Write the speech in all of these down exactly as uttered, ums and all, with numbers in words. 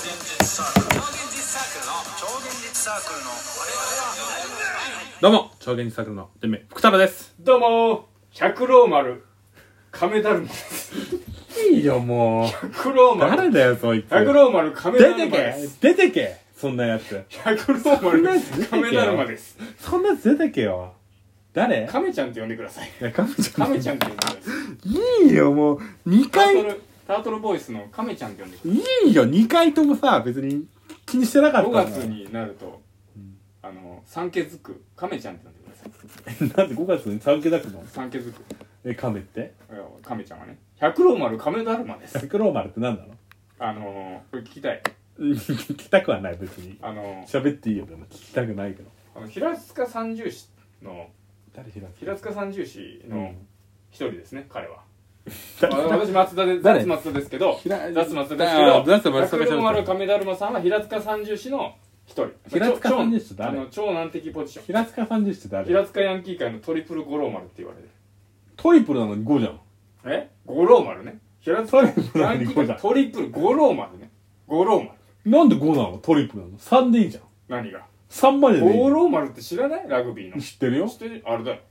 どうも超現実サークルの天命福太郎です。 どうも百郎丸亀だるまです。 いいよもう。 百郎丸誰だよそいつ。 百郎丸亀だるまです。 出てけ出てけそんなやつ。 百郎丸亀だるまです。 そんなやつ出てけよ。誰？ 亀ちゃんって呼んでください。 いや亀ちゃん亀ちゃんって呼んでください。いいよもうにかいタートルタートルボイスの亀ちゃんって呼んでください。いいよにかいともさ別に気にしてなかったごがつになると、うん、あの産気づく亀ちゃんって呼んでください。 なんでごがつに産気づくの？ 産気づく。 え亀って？ 亀ちゃんはね百郎丸亀だるまです。 百郎丸って何なの？あのー、これ聞きたい。 聞きたくはない別に。 あのー、 喋っていいよでも聞きたくないけど。 あの平塚三十士の誰平塚？ 平塚三十士の一人ですね、うん、彼は。私松田で雑松田ですけど、雑松田ですけど、百郎丸亀だるまさんは平塚三十士の一人。 平塚三十士って誰？ あの超難敵ポジション。 平塚三十士って誰？ 平塚ヤンキー界のトリプル五郎丸って言われる。 トリプルなのにごじゃん。 え？五郎丸ね。平塚ヤンキー界のトリプル五郎丸ね。五郎丸。 なんでごなの？トリプルなの？さんでいいじゃん。 何が？ さんまででいい。 五郎丸って知らない？ラグビーの。 知ってるよ。 知ってる？あれだよ。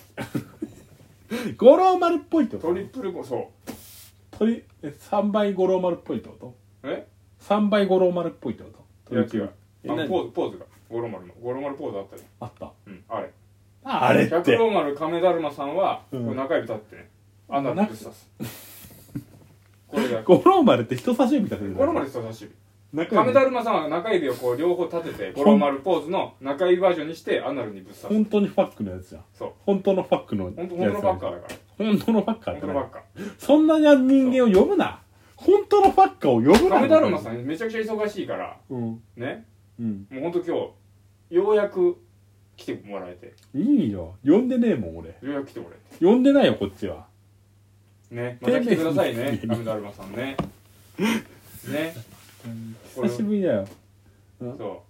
五郎丸っぽいってこと？ トリプルご、そう。 トリえさんばい五郎丸っぽいってこと？ え？さんばい五郎丸っぽいってこと？ いや違う。あのポーズポーズが五郎丸の五郎丸ポーズあったじゃん。 あった。 うん、あれ。 ああれって。 百郎丸亀だるまさんは、うん、これ中指立ってね。あんなぶっ刺す。これが。 五郎丸って人差し指立てる。 五郎丸人差し指。亀だるまさんは中指をこう両方立てて五郎丸ポーズの中指バージョンにしてアナルにぶっ刺す。 本当にファックのやつじゃん。 そう。 本当のファックのやつ。 本当のファッカーだから。 本当のファッカー。 本当のファッカー。 そんな人間を呼ぶな。本当のファッカーを呼ぶな。 亀だるまさんめちゃくちゃ忙しいから。うん。ね。うん。もう本当今日ようやく来てもらえて。 いいよ。呼んでねえもん俺。 ようやく来てもらえて。 呼んでないよこっちは。 ね。また来てくださいね。亀だるまさんね。ね。 久しぶりだよ。 そう。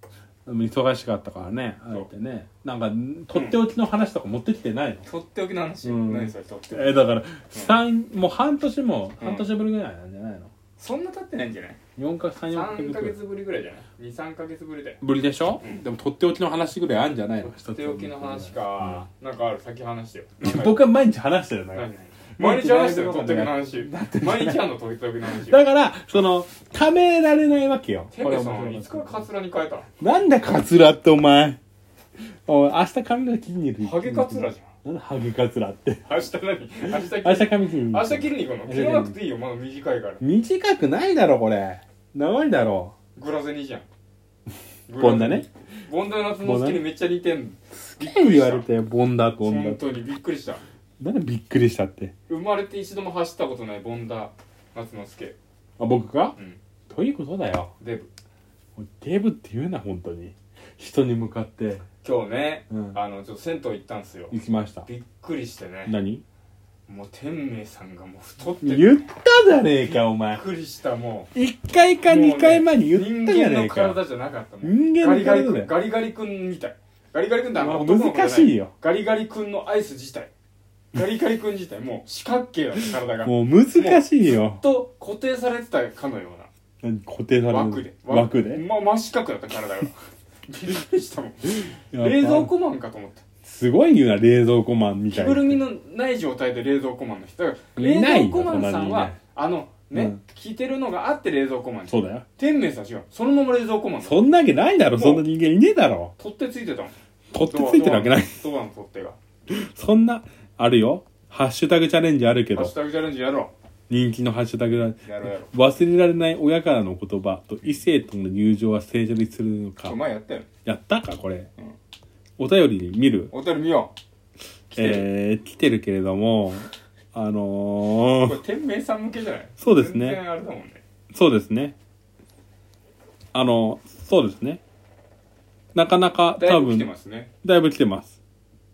忙しかったからね。あえてね。なんかとっておきの話とか持ってきてないの？ とっておきの話。何それとっておき。 えだから三もう半年も半年ぶりぐらいなんじゃないの？ そんな経ってないんじゃない？ 四か三四ヶ月ぶりぐらいじゃない？二三ヶ月ぶりだよ。 ぶりでしょ？でもとっておきの話ぐらいあるんじゃないの？ とっておきの話か。なんかある？先話してよ。 僕は毎日話してるのよ。 毎日話してるとっておきの話。毎日あんのとっておきの話。 だからそのためられないわけよ。 これさんいつからカツラに変えた？ なんでカツラってお前。おい明日髪の毛切りに行く。 ハゲカツラじゃん。 なんでハゲカツラって。 明日何？明日明日髪切りに行く。明日切りに行くの？切らなくていいよまだ短いから。 短くないだろこれ。長いだろ。 グラゼニじゃん。 ボンダね。 ボンダの夏の好きにめっちゃ似てんの。 すげえ言われてボンダボンダ。 本当にびっくりした。 なんでびっくりしたって。 生まれて一度も走ったことないボンダ夏之助。 あ僕が？ うん。 ということだよ。 デブ。 デブって言うな本当に。人に向かって。 今日ね、うん、あのちょっと銭湯行ったんですよ。 行きました。 びっくりしてね。 何？ もう天明さんがもう太ってて。 言ったじゃねえかお前。 びっくりしたもう。いっかいかにかいまえに言ったじゃねえか。 人間の体じゃなかったもん。人間の体だよ。 ガリガリ君みたい。ガリガリ君ってあの男の子じゃない。難しいよ。 ガリガリ君のアイス自体。ガリガリ君自体もう四角形だった体が。 もう難しいよ。 ずっと固定されてたかのような。 何固定される？ 枠で。 枠で？ ま真四角だった体が。びっくりしたもん。冷蔵庫マンかと思った。 すごい言うな冷蔵庫マンみたいな。 着ぐるみのない状態で冷蔵庫マンの人。だから冷蔵庫マンさんはあのね、うん、着てるのがあって冷蔵庫マン。 そうだよ。 天明さん違う。そのまま冷蔵庫マン。 そんなわけないだろ。そんな人間いねえだろ。 取っ手ついてたもん。 取っ手ついてるわけない。 ドアの取っ手が。 そんなあるよ。ハッシュタグチャレンジあるけど。 ハッシュタグチャレンジやろう。 人気のハッシュタグだ。 やろうやろう。 忘れられない親からの言葉と異性との友情は成立するのか。 お前やったよ。 やったかこれ、うん、お便り見る？ お便り見よう。 来てる、えー、来てるけれどもあのー、 これ天明さん向けじゃない？ そうですね。 全然あれだもんね。 そうですね。あのそうですね。なかなか多分だいぶ来てますね。だいぶ来てます。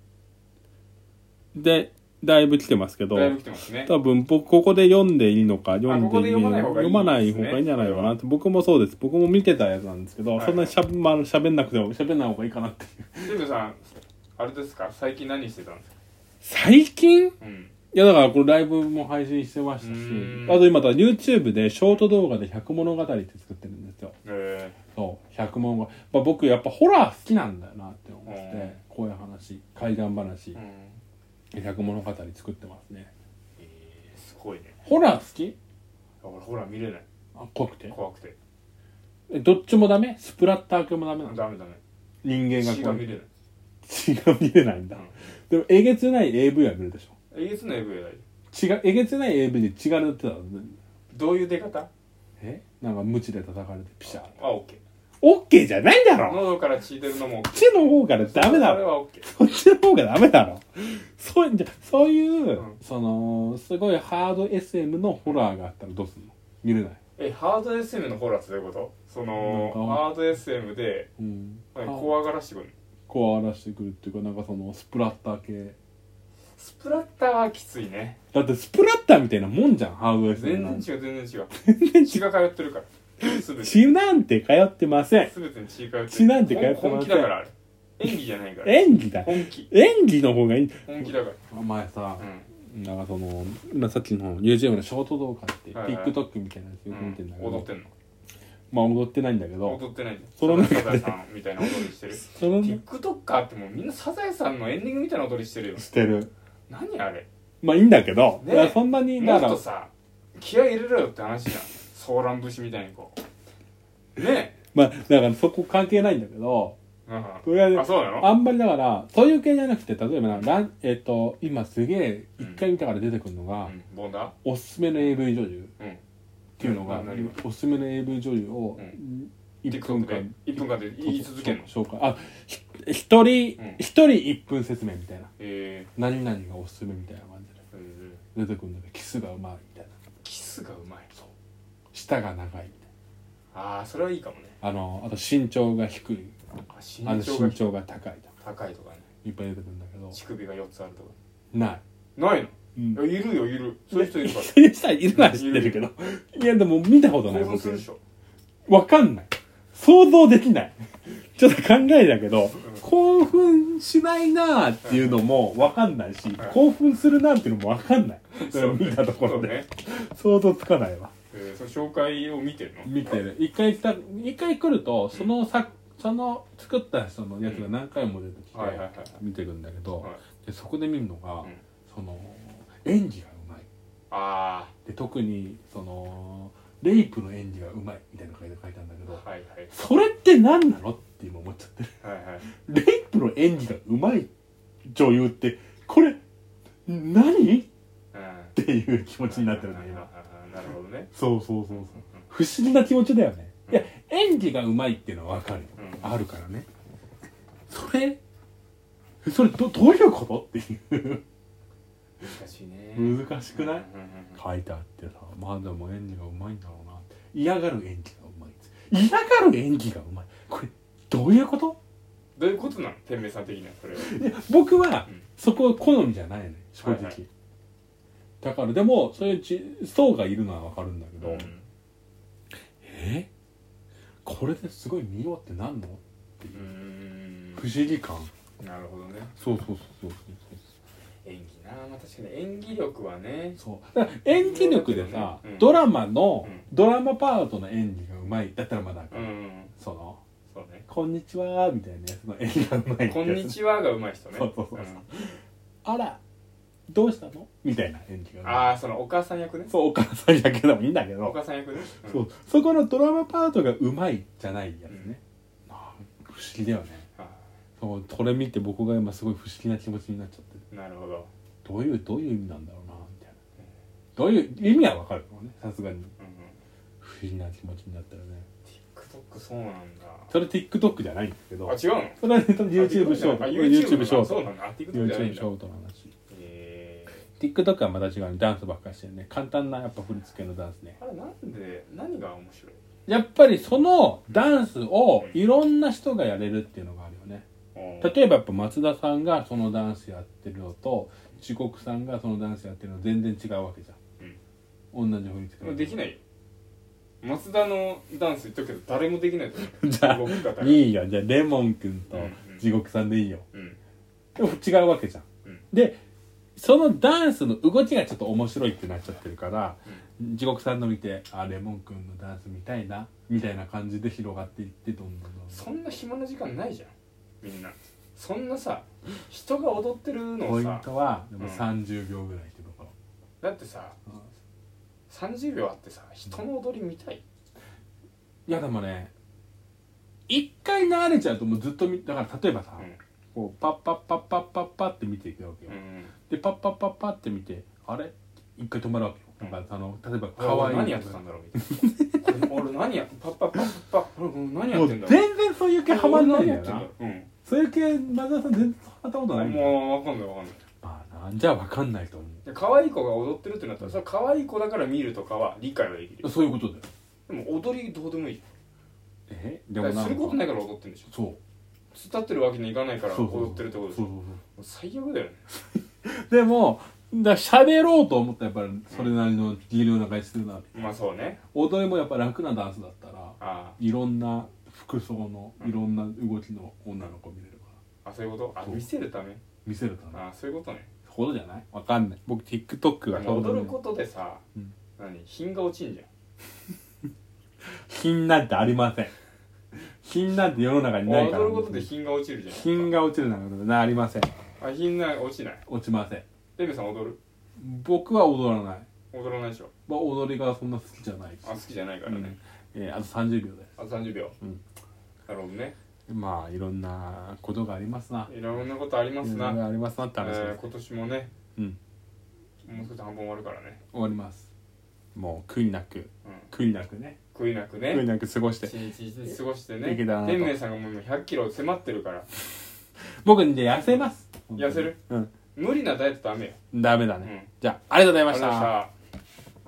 でだいぶ来てますけど、 だいぶ来てますね。 多分僕ここで読んでいいのか読んでいいのか読まない方がいいんじゃないかなって。僕もそうです。僕も見てたやつなんですけど、はいはい、そんなにしゃべ、まあ、しゃべんなくてもしゃべんない方がいいかなっていう。 デブさんあれですか？最近何してたんですか？ 最近？ うん。 いやだからこれライブも配信してましたし、あと今だ YouTube でショート動画でひゃく物語って作ってるんですよ。 へーそうひゃく物語、まあ、僕やっぱホラー好きなんだよなって思って、こういう話怪談話、うん、ひゃく物語作ってますね。 えー、すごいね。 ホラー好き？ 俺ホラー見れない。 あ、怖くて？ 怖くて。 え、どっちもダメ？スプラッター系もダメなの？ ダメダメ。 人間が血が見れない。 血が見れないんだ、うん、でもえげつない エーブイ は見るでしょ。 えげつない エーブイ はない。 血がえげつない エーブイ で血が塗ってたらどういう出方？ えなんかムチで叩かれてピシャー。 あ、オッケー。 オッケーじゃないんだろ。 喉から血出るのも血の方からダメだろ。 それはオッケー。 そっちの方がダメだろ。そうじゃそういう、うん、そのすごいハード エスエム のホラーがあったらどうすんの？見れない。 え、ハード エスエム のホラーってどういうこと？そのハード エスエム で、うん、怖がらしてくる。 怖がらしてくるっていうかなんかそのスプラッター系。 スプラッターはきついね。 だってスプラッターみたいなもんじゃんハード エスエム。 全然違う全然違う。血が通ってるから。 血なんて通ってません。 すべてに血通ってる。 血なんて通ってません。 本気だからあれ。演技じゃないから。 演技だ。 本気。 演技の方がいい。 本気だから。 お前さ、うん、なんかそのさっきの YouTube のショート動画って、はいはい、TikTok みたいなやつよく見てんだけど、 うん、踊ってんの？ まあ踊ってないんだけど。 踊ってないんだ。 その中でサザエさんみたいな踊りしてる。その TikToker ってもうみんなサザエさんのエンディングみたいな踊りしてるよ。 してる。 何あれ？ まあいいんだけど、ね、いやそんなにもっとさ気合い入れろよって話じゃん。ソーラン節みたいにこうね。 まあだからそこ関係ないんだけど、 うん、とりあえずあそうなの？ あんまりだからそういう系じゃなくて、例えばなランえっ、ー、と今すげえ一回見たから出てくるのが、 うんボンダおすすめの エーブイ 女優、うん、っていうのが、うん、おすすめの エーブイ 女優をいっぷんかん、 いっぷんかんで言い続けるの？ 紹介あ一人一、うん、人いっぷん説明みたいな、えー、何々がおすすめみたいな感じで、えー、出てくるんだけどキスがうまいみたいな。 キスがうまい。 そう舌が長いみたいな。 ああそれはいいかもね。 あのあと身長が低い、 身長が身長が高いとか高いとかねいっぱい出てくるんだけど、 乳首がよっつあるとかないないの？うん、いやいるよいる。そういう人いるから。 そういう人いるのは知ってるけど、いやでも見たことない。 興奮するでしょ。 わかんない。想像できない。ちょっと考えだけど、うん、興奮しないなーっていうのもわかんないし、はい、興奮するなーっていうのもわかんない。それを見たところで、ね、想像つかないわ。 えー、その紹介を見てるの？ 見てる。一回来た一回来るとその作、うん、その作った人のやつが何回も出てきて見てるんだけど、でそこで見るのが、うん、その演技がうまい。 あで特にそのレイプの演技がうまいみたいな書いてあるんだけど、はいはい、それって何なのって今思っちゃってる、はいはい、レイプの演技がうまい女優ってこれ何、っていう気持ちになってるね今。 なるほどね。 そうそうそうそう、不思議な気持ちだよね、うん、いや演技がうまいっていうのは分かるよ、うん、あるからね。それそれ ど, どういうことっていう難しいね。 難しくない、うんうんうん、書いてあってさ、まあでも演技がうまいんだろうなって。嫌がる演技がうまい。嫌がる演技がうまい。これどういうこと？ どういうことなの？天明さん的にはそれは。 いや僕は、うん、そこは好みじゃないね正直、はいはい、だからでもそういうち層がいるのは分かるんだけど、うん、えこれですごい見ようってなんのっていう不思議感。 なるほどね。 そうそうそうそうそう。 演技な、まあ、確かに演技力はね。 そうだから演技力でさ、ねうん、ドラマの、うん、ドラマパートの演技がうまいだったらまだ、うん、そのそうね、 こんにちはみたいなやつの演技がうまい。 こんにちはがうまい人ね。 そうそうそうそう、うん、あらどうしたのみたいな演技がうまい。 ああそのお母さん役ね。 そうお母さん役でもいいんだけど、 お母さん役ね、 うん、そうそこのドラマパートがうまいじゃないやつね、うん、あ不思議だよね。そうこれ見て僕が今すごい不思議な気持ちになっちゃってる。 なるほど。 どういうどういう意味なんだろうなみたいな、どういう意味はわかるのねさすがに、うんうん、不思議な気持ちになったらね。 TikTok そうなんだ。 それ TikTok じゃないんだけど。 あ違うの？ それは YouTube ショート。 YouTube ショート。 そうなんだ。YouTube ショートの話。えー、TikTok はまた違う、ダンスばっかりしてるね。簡単なやっぱ振り付けのダンスね。 あれなんで何が面白い？ やっぱりそのダンスをいろんな人がやれるっていうのがあるよね、うん、例えばやっぱ松田さんがそのダンスやってるのと地獄さんがそのダンスやってるの全然違うわけじゃん、うん、同じ振り付けできないよ。松田のダンス言っとくけど誰もできないと思う。 じゃあいいよ、じゃあレモン君と地獄さんでいいよ、うんうん、でも違うわけじゃん、うん、でそのダンスの動きがちょっと面白いってなっちゃってるから、うん、地獄さんの見てあレモン君のダンス見たいなみたいな感じで広がっていってどんどんどんどんそんな暇な時間ないじゃんみんなそんなさ人が踊ってるのをさポイントはでもさんじゅうびょうぐらいってところ、 だってさ、うん、さんじゅうびょうあってさ人の踊り見たい、 いやでもね一回慣れちゃうともうずっと見だから例えばさ、うん、こうパッパッパッパッパッパって見ていくわけよ、うん、でパッパッパッパって見てあれ一回止まるわけよ、うん、だからあの例えば可愛い何やってたんだろうみたいな俺何やパッパッパッパッ何やってんだろう全然そういう系ハマんないんだよな、うん、そういう系松田さん全然ハマったことないもう分かんない分かんないまあなんじゃ分かんないと思う可愛い子が踊ってるってなったらそれは可愛い子だから見るとかは理解はできるそういうことだよでも踊りどうでもいいえでもすることないから踊ってるんでしょそう立ってるわけにいかないから踊ってるってことでしょ最悪だよねでもだ喋ろうと思ったらやっぱりそれなりの技量な感じするなって、 うん、まあそうね踊りもやっぱ楽なダンスだったらあいろんな服装のいろんな動きの女の子見れるから、 うん、あそういうことあ見せるため見せるためあそういうことねそういうことじゃないわかんない僕 TikTok が踊ることでさ、うん、何品が落ちんじゃん品なんてありません品なんて世の中にないから踊ることで品が落ちるじゃん品が落ちるなんてありませんあ品が落ちない落ちませんレベさん踊る僕は踊らない踊らないでしょ、 まあ、踊りがそんな好きじゃないあ好きじゃないからね、 うんえー、あとさんじゅうびょうですあとさんじゅうびょう、うん、なるほどねまあいろんなことがありますないろんなことありますなありますなって話です、 えー、今年もね、 うん、 もう少し半分終わるからね終わりますもう悔いなく、うん、悔いなくね悔いなくね悔いなく過ごして一日一日過ごしてね天明さんがもうひゃっキロ迫ってるから僕で痩せます痩せる、 うん、 無理なダイエットダメよダメだね、うん、じゃあありがとうございました。